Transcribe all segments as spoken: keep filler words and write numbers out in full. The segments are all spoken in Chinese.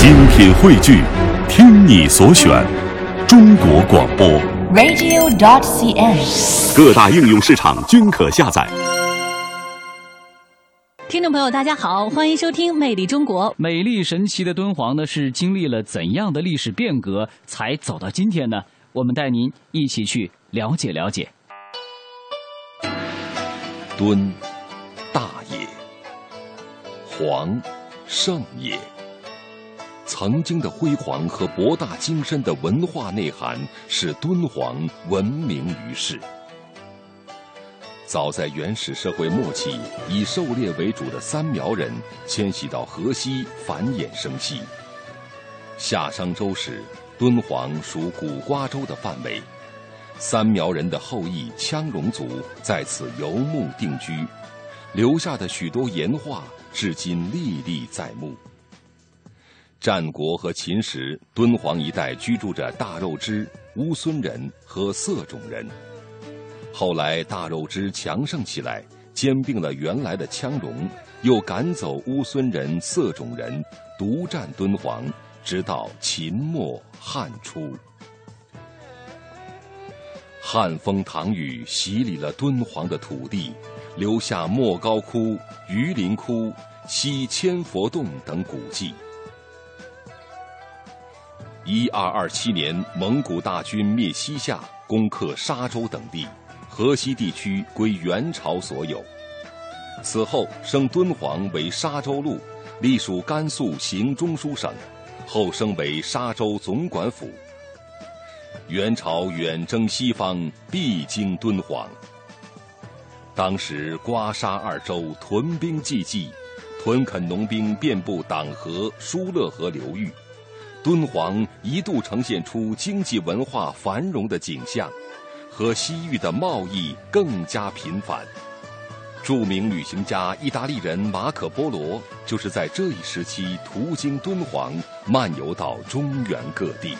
精品汇聚，听你所选，中国广播 radio dot c n， 各大应用市场均可下载。 听众朋友，大家好，欢迎收听《魅力中国》。 美丽神奇的敦煌呢，是经历了怎样的历史变革才走到今天呢？我们带您一起去了解了解。 敦，大也；煌，盛也。曾经的辉煌和博大精深的文化内涵，使敦煌闻名于世。早在原始社会末期，以狩猎为主的三苗人迁徙到河西繁衍生息。夏商周时，敦煌属古瓜州的范围，三苗人的后裔羌戎族在此游牧定居，留下的许多岩画至今历历在目。战国和秦时，敦煌一带居住着大肉支、乌孙人和色种人。后来大肉支强盛起来，兼并了原来的羌戎，又赶走乌孙人、色种人，独占敦煌，直到秦末汉初。汉风唐雨洗礼了敦煌的土地，留下莫高窟、榆林窟、西千佛洞等古迹。一二二七年，蒙古大军灭西夏，攻克沙州等地，河西地区归元朝所有。此后升敦煌为沙州路，隶属甘肃行中书省，后升为沙州总管府。元朝远征西方，必经敦煌。当时瓜沙二州屯兵济济，屯垦农兵遍布党河、疏勒河流域。敦煌一度呈现出经济文化繁荣的景象，和西域的贸易更加频繁。著名旅行家意大利人马可波罗就是在这一时期途经敦煌，漫游到中原各地。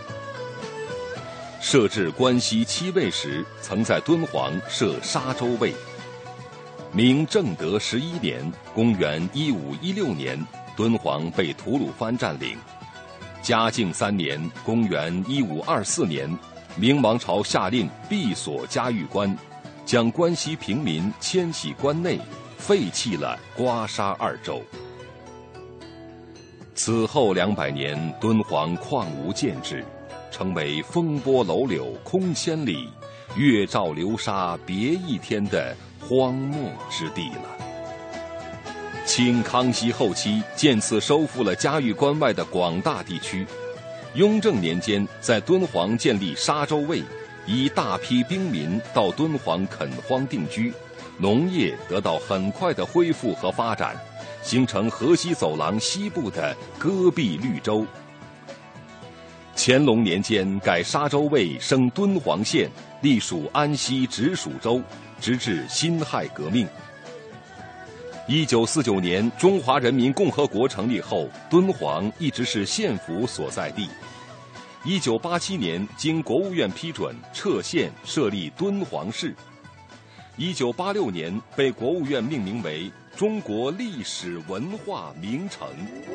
设置关西七卫时，曾在敦煌设沙州卫。明正德十一年（公元一五一六年），敦煌被吐鲁番占领。嘉靖三年（公元一五二四年），明王朝下令闭锁嘉峪关，将关西平民迁徙关内，废弃了瓜沙二州。此后两百年，敦煌况无建制，成为风波楼柳空千里，月照流沙别一天的荒漠之地了。清康熙后期渐次收复了嘉峪关外的广大地区。雍正年间，在敦煌建立沙州卫，以大批兵民到敦煌垦荒定居，农业得到很快的恢复和发展，形成河西走廊西部的戈壁绿洲。乾隆年间，改沙州卫升敦煌县，隶属安西直属州，直至辛亥革命。一九四九年，中华人民共和国成立后，敦煌一直是县府所在地。一九八七年，经国务院批准，撤县设立敦煌市。一九八六年，被国务院命名为中国历史文化名城。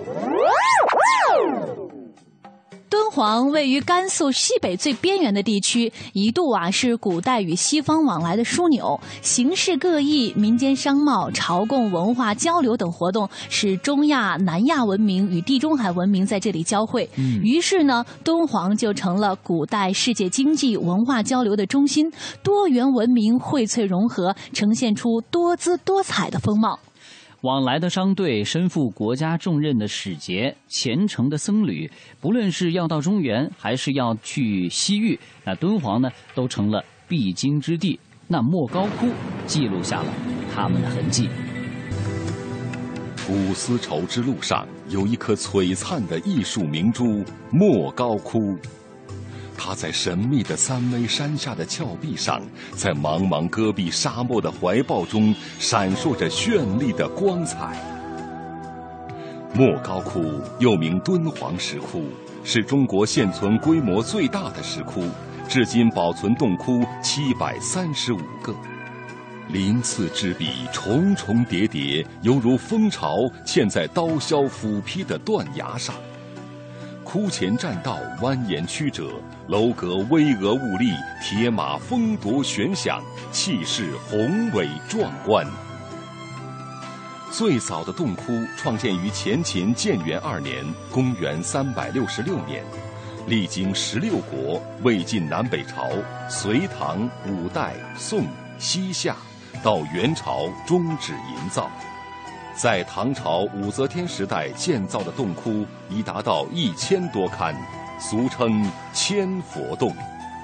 敦煌位于甘肃西北最边缘的地区，一度啊是古代与西方往来的枢纽，形势各异，民间商贸、朝贡、文化交流等活动，使中亚、南亚文明与地中海文明在这里交汇。嗯、于是呢，敦煌就成了古代世界经济文化交流的中心，多元文明荟萃融合，呈现出多姿多彩的风貌。 往来的商队，身负国家重任的使节，虔诚的僧侣，不论是要到中原，还是要去西域，那敦煌呢，都成了必经之地。那莫高窟记录下了他们的痕迹。 古丝绸之路上有一颗璀璨的艺术明珠莫高窟，它在神秘的三危山下的峭壁上，在茫茫戈壁沙漠的怀抱中闪烁着绚丽的光彩。莫高窟又名敦煌石窟，是中国现存规模最大的石窟，至今保存洞窟七百三十五个。鳞次栉比，重重叠叠，犹如蜂巢嵌在刀削斧劈的断崖上。 窟前栈道蜿蜒曲折，楼阁巍峨兀立，铁马风铎悬响，气势宏伟壮观。最早的洞窟创建于前秦建元二年，公元三百六十六年，历经十六国，魏晋南北朝、隋唐、五代、宋、西夏，到元朝终止营造。在唐朝武则天时代建造的洞窟已达到一千多龛，俗称千佛洞。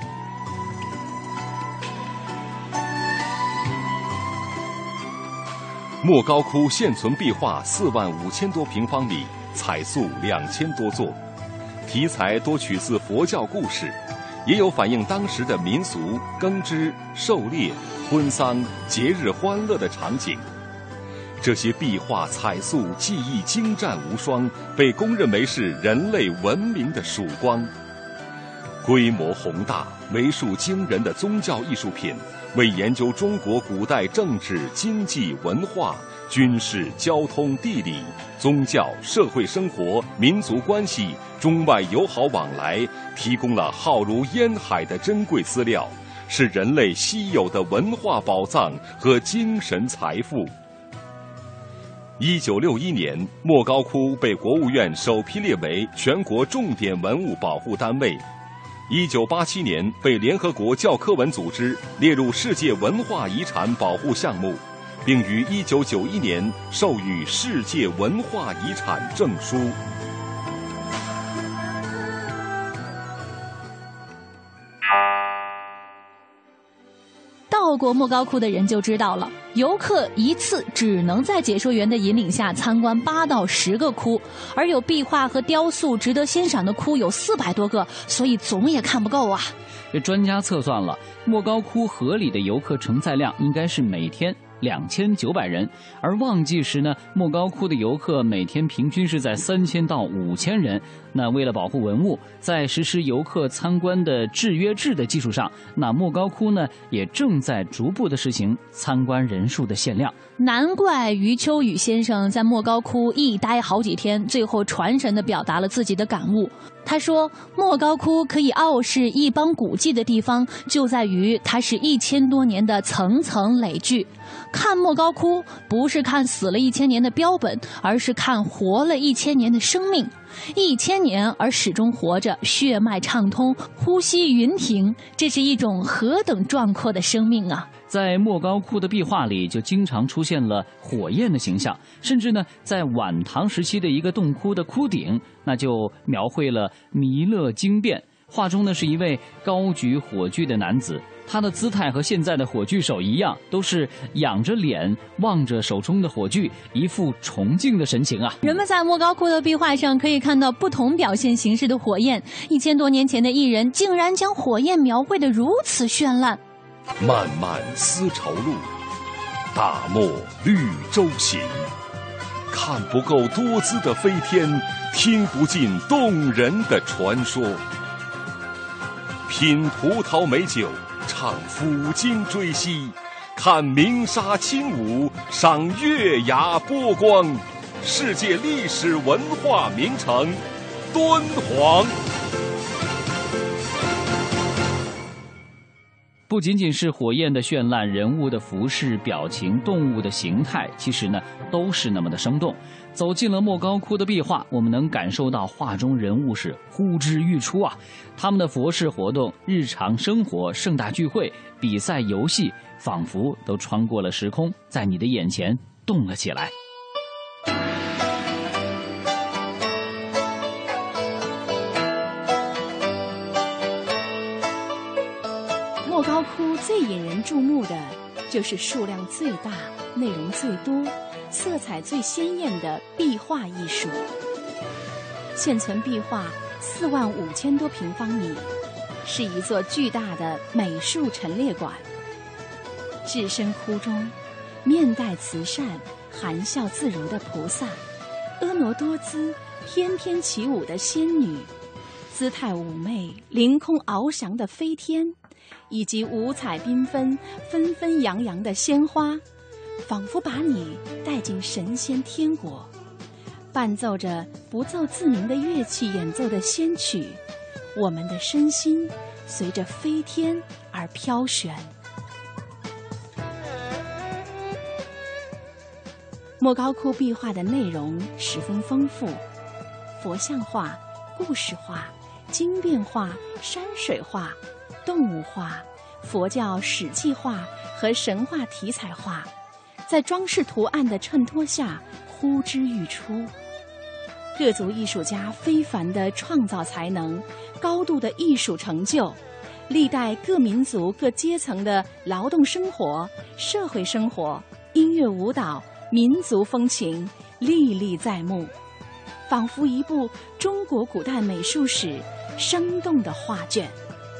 莫高窟现存壁画四万五千多平方米，彩塑两千多座，题材多取自佛教故事，也有反映当时的民俗、耕织、狩猎、婚丧、节日欢乐的场景。这些壁画彩塑技艺精湛无双，被公认为是人类文明的曙光。规模宏大、为数惊人的宗教艺术品，为研究中国古代政治、经济、文化、军事、交通、地理、宗教、社会生活、民族关系、中外友好往来提供了浩如烟海的珍贵资料，是人类稀有的文化宝藏和精神财富。一九六一年，莫高窟被国务院首批列为全国重点文物保护单位。一九八七年，被联合国教科文组织列入世界文化遗产保护项目，并于一九九一年授予世界文化遗产证书。 到过莫高窟的人就知道了，游客一次只能在解说员的引领下参观八到十个窟，而有壁画和雕塑值得欣赏的窟有四百多个，所以总也看不够啊。 这专家测算了，莫高窟合理的游客承载量应该是每天两千九百人，而旺季时呢，莫高窟的游客每天平均是在三千到五千人。那为了保护文物，在实施游客参观的制约制的基础上，那莫高窟呢也正在逐步的实行参观人数的限量。 难怪余秋雨先生在莫高窟一待好几天，最后传神地表达了自己的感悟。他说，莫高窟可以傲视一邦古迹的地方，就在于它是一千多年的层层累聚。看莫高窟不是看死了一千年的标本，而是看活了一千年的生命。一千年而始终活着，血脉畅通，呼吸匀停，这是一种何等壮阔的生命啊！ 在莫高窟的壁画里，就经常出现了火焰的形象，甚至呢，在晚唐时期的一个洞窟的窟顶，那就描绘了弥勒经变。画中呢是一位高举火炬的男子，他的姿态和现在的火炬手一样，都是仰着脸望着手中的火炬，一副崇敬的神情啊。 人们在莫高窟的壁画上可以看到不同表现形式的火焰，一千多年前的艺人竟然将火焰描绘得如此绚烂。 漫漫丝绸路，大漠绿洲行。看不够多姿的飞天，听不尽动人的传说。品葡萄美酒，唱抚今追昔，看鸣沙轻舞，赏月牙波光。世界历史文化名城敦煌。 不仅仅是火焰的绚烂，人物的服饰、表情、动物的形态，其实呢都是那么的生动。走进了莫高窟的壁画，我们能感受到画中人物是呼之欲出啊！他们的佛事活动、日常生活、盛大聚会、比赛、游戏，仿佛都穿过了时空，在你的眼前动了起来。 莫高窟最引人注目的就是数量最大、内容最多、色彩最鲜艳的壁画艺术。现存壁画四万五千多平方米，是一座巨大的美术陈列馆。置身窟中，面带慈善、含笑自如的菩萨，婀娜多姿、翩翩起舞的仙女，姿态妩媚、凌空翱翔的飞天，以及五彩缤纷、纷纷扬扬的鲜花，仿佛把你带进神仙天国。 伴奏着不奏自鸣的乐器演奏的仙曲，我们的身心随着飞天而飘旋。莫高窟壁画的内容十分丰富，佛像画、故事画、经变画、山水画、动物画、佛教史记画和神话题材画，在装饰图案的衬托下呼之欲出。各族艺术家非凡的创造才能，高度的艺术成就，历代各民族各阶层的劳动生活、社会生活、音乐舞蹈、民族风情历历在目，仿佛一部中国古代美术史生动的画卷。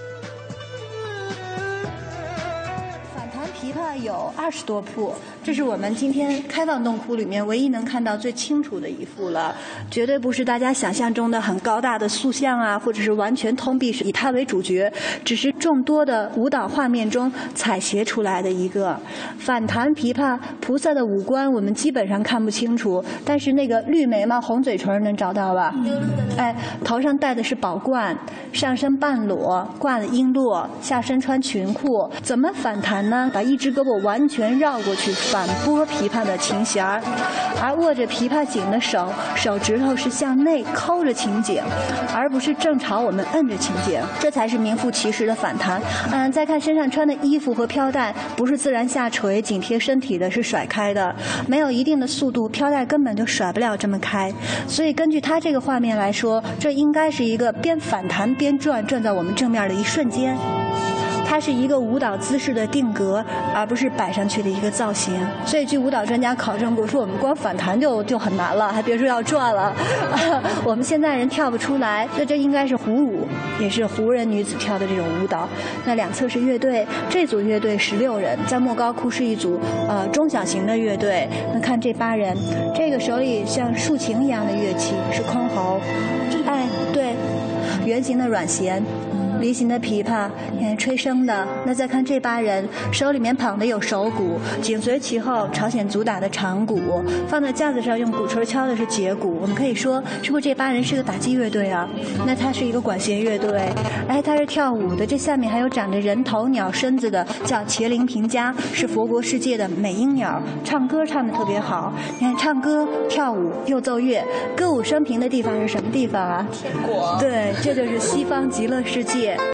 反弹琵琶有二十多幅，这是我们今天开放洞窟里面唯一能看到最清楚的一幅了，绝对不是大家想象中的很高大的塑像啊，或者是完全通壁是以它为主角，只是众多的舞蹈画面中采撷出来的一个。反弹琵琶菩萨的五官我们基本上看不清楚，但是那个绿眉毛红嘴唇能找到吧？哎，头上戴的是宝冠，上身半裸，挂的璎珞，下身穿裙裤，怎么反弹呢？把一只胳膊完全绕过去，反拨琵琶的琴弦儿，而握着琵琶颈的手，手指头是向内抠着琴颈，而不是正朝我们摁着琴颈，这才是名副其实的反弹。嗯，再看身上穿的衣服和飘带，不是自然下垂紧贴身体的，是甩开的，没有一定的速度，飘带根本就甩不了这么开。所以根据他这个画面来说，这应该是一个边反弹边转，转在我们正面的一瞬间。它是一个舞蹈姿势的定格，而不是摆上去的一个造型。所以据舞蹈专家考证过，说我们光反弹就就很难了，还别说要转了。我们现在人跳不出来，那这应该是胡舞，也是胡人女子跳的这种舞蹈。那两侧是乐队，这组乐队十六人，在莫高窟是一组呃中小型的乐队。那看这八人，这个手里像竖琴一样的乐器是箜篌，哎，对，圆形的软弦。梨形的琵琶，你看吹笙的。那再看这八人，手里面捧的有手鼓，紧随其后朝鲜族打的长鼓，放在架子上用鼓槌敲的是节鼓。我们可以说，是不是这八人是个打击乐队啊？那它是一个管弦乐队。哎，它是跳舞的，这下面还有长着人头鸟身子的，叫麒麟平家，是佛国世界的美鹰鸟，唱歌唱得特别好。你看，唱歌、跳舞又奏乐，歌舞升平的地方是什么地方啊？天国。对，这就是西方极乐世界。